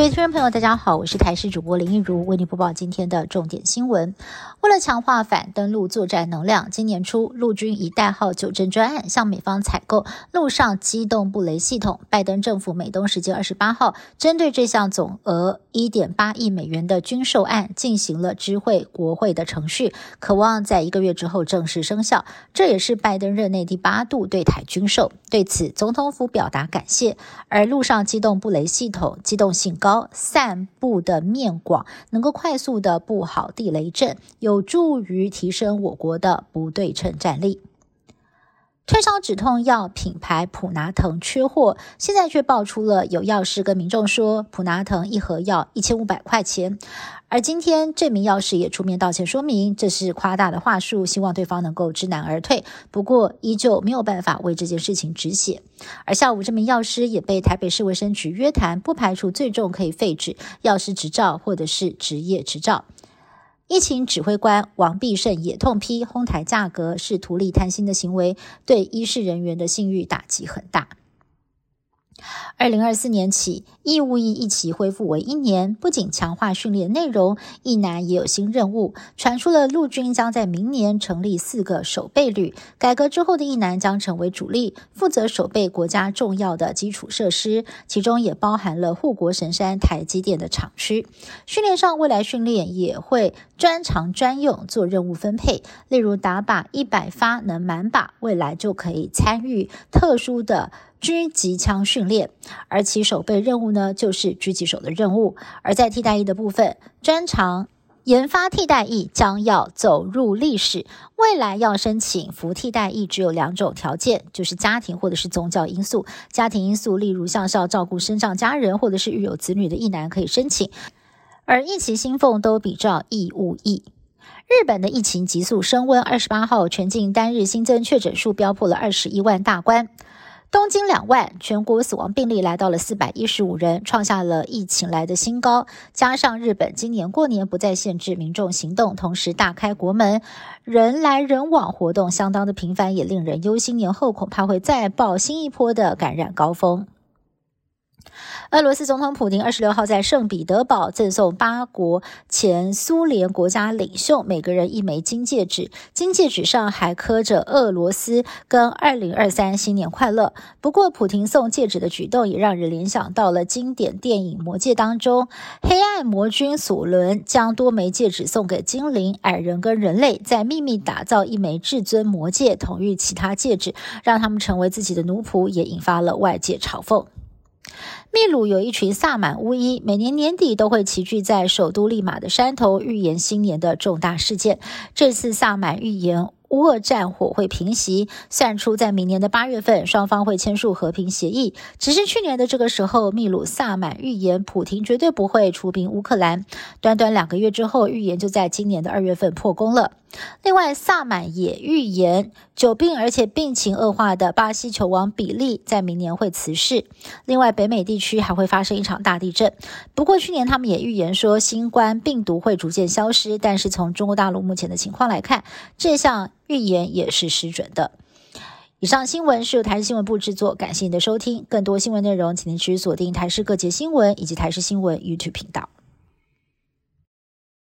位听众朋友大家好，我是台视主播林一如，为您播报今天的重点新闻。为了强化反登陆作战能量，今年初陆军以代号9镇专案向美方采购陆上机动布雷系统。拜登政府美东时间28号针对这项总额 1.8 亿美元的军售案进行了知会国会的程序，渴望在1个月之后正式生效。这也是拜登任内第8度对台军售，对此总统府表达感谢。而陆上机动布雷系统机动性高，散布的面广，能够快速的布好地雷阵，有助于提升我国的不对称战力。退烧止痛药品牌普拿疼缺货，现在却爆出了有药师跟民众说普拿疼一盒要1500块钱，而今天这名药师也出面道歉，说明这是夸大的话术，希望对方能够知难而退，不过依旧没有办法为这件事情止血。而下午这名药师也被台北市卫生局约谈，不排除最终可以废止药师执照或者是执业执照。疫情指挥官王必胜也痛批哄抬价格是图利贪心的行为，对医事人员的信誉打击很大。2024年起，义务役一期恢复为1年，不仅强化训练内容，役男也有新任务。传出了陆军将在明年成立4个守备旅，改革之后的役男将成为主力，负责守备国家重要的基础设施，其中也包含了护国神山台积电的厂区。训练上，未来训练也会专长专用做任务分配，例如打靶100发能满靶，未来就可以参与特殊的狙击枪训练，而其守备任务呢，就是狙击手的任务。而在替代役的部分，专长研发替代役将要走入历史，未来要申请服替代役只有2种条件，就是家庭或者是宗教因素。家庭因素例如像是要照顾身障家人或者是育有子女的役男可以申请，而役期薪俸都比照义务役。日本的疫情急速升温，28号全境单日新增确诊数飙破了21万大关，东京2万，全国死亡病例来到了415人，创下了疫情来的新高。加上日本今年过年不再限制民众行动，同时大开国门，人来人往活动相当的频繁，也令人忧心，年后恐怕会再爆新一波的感染高峰。俄罗斯总统普丁26号在圣彼得堡赠送8国前苏联国家领袖每个人1枚金戒指，金戒指上还刻着俄罗斯跟2023新年快乐。不过普丁送戒指的举动也让人联想到了经典电影《魔戒》当中，黑暗魔君索伦将多枚戒指送给精灵、矮人跟人类，再秘密打造1枚至尊魔戒统御其他戒指，让他们成为自己的奴仆，也引发了外界嘲讽。秘鲁有一群萨满巫医，每年年底都会齐聚在首都利马的山头，预言新年的重大事件。这次萨满预言乌俄战火会平息，算出在明年的8月份，双方会签署和平协议。只是去年的这个时候，秘鲁萨满预言普廷绝对不会出兵乌克兰，短短2个月之后，预言就在今年的2月份破功了。另外，萨满也预言久病而且病情恶化的巴西球王比利在明年会辞世。另外，北美地区还会发生一场大地震。不过去年他们也预言说新冠病毒会逐渐消失，但是从中国大陆目前的情况来看，这项预言也是失准的。以上新闻是由台视新闻部制作，感谢您的收听。更多新闻内容请您持续锁定台视各节新闻以及台视新闻 YouTube 频道。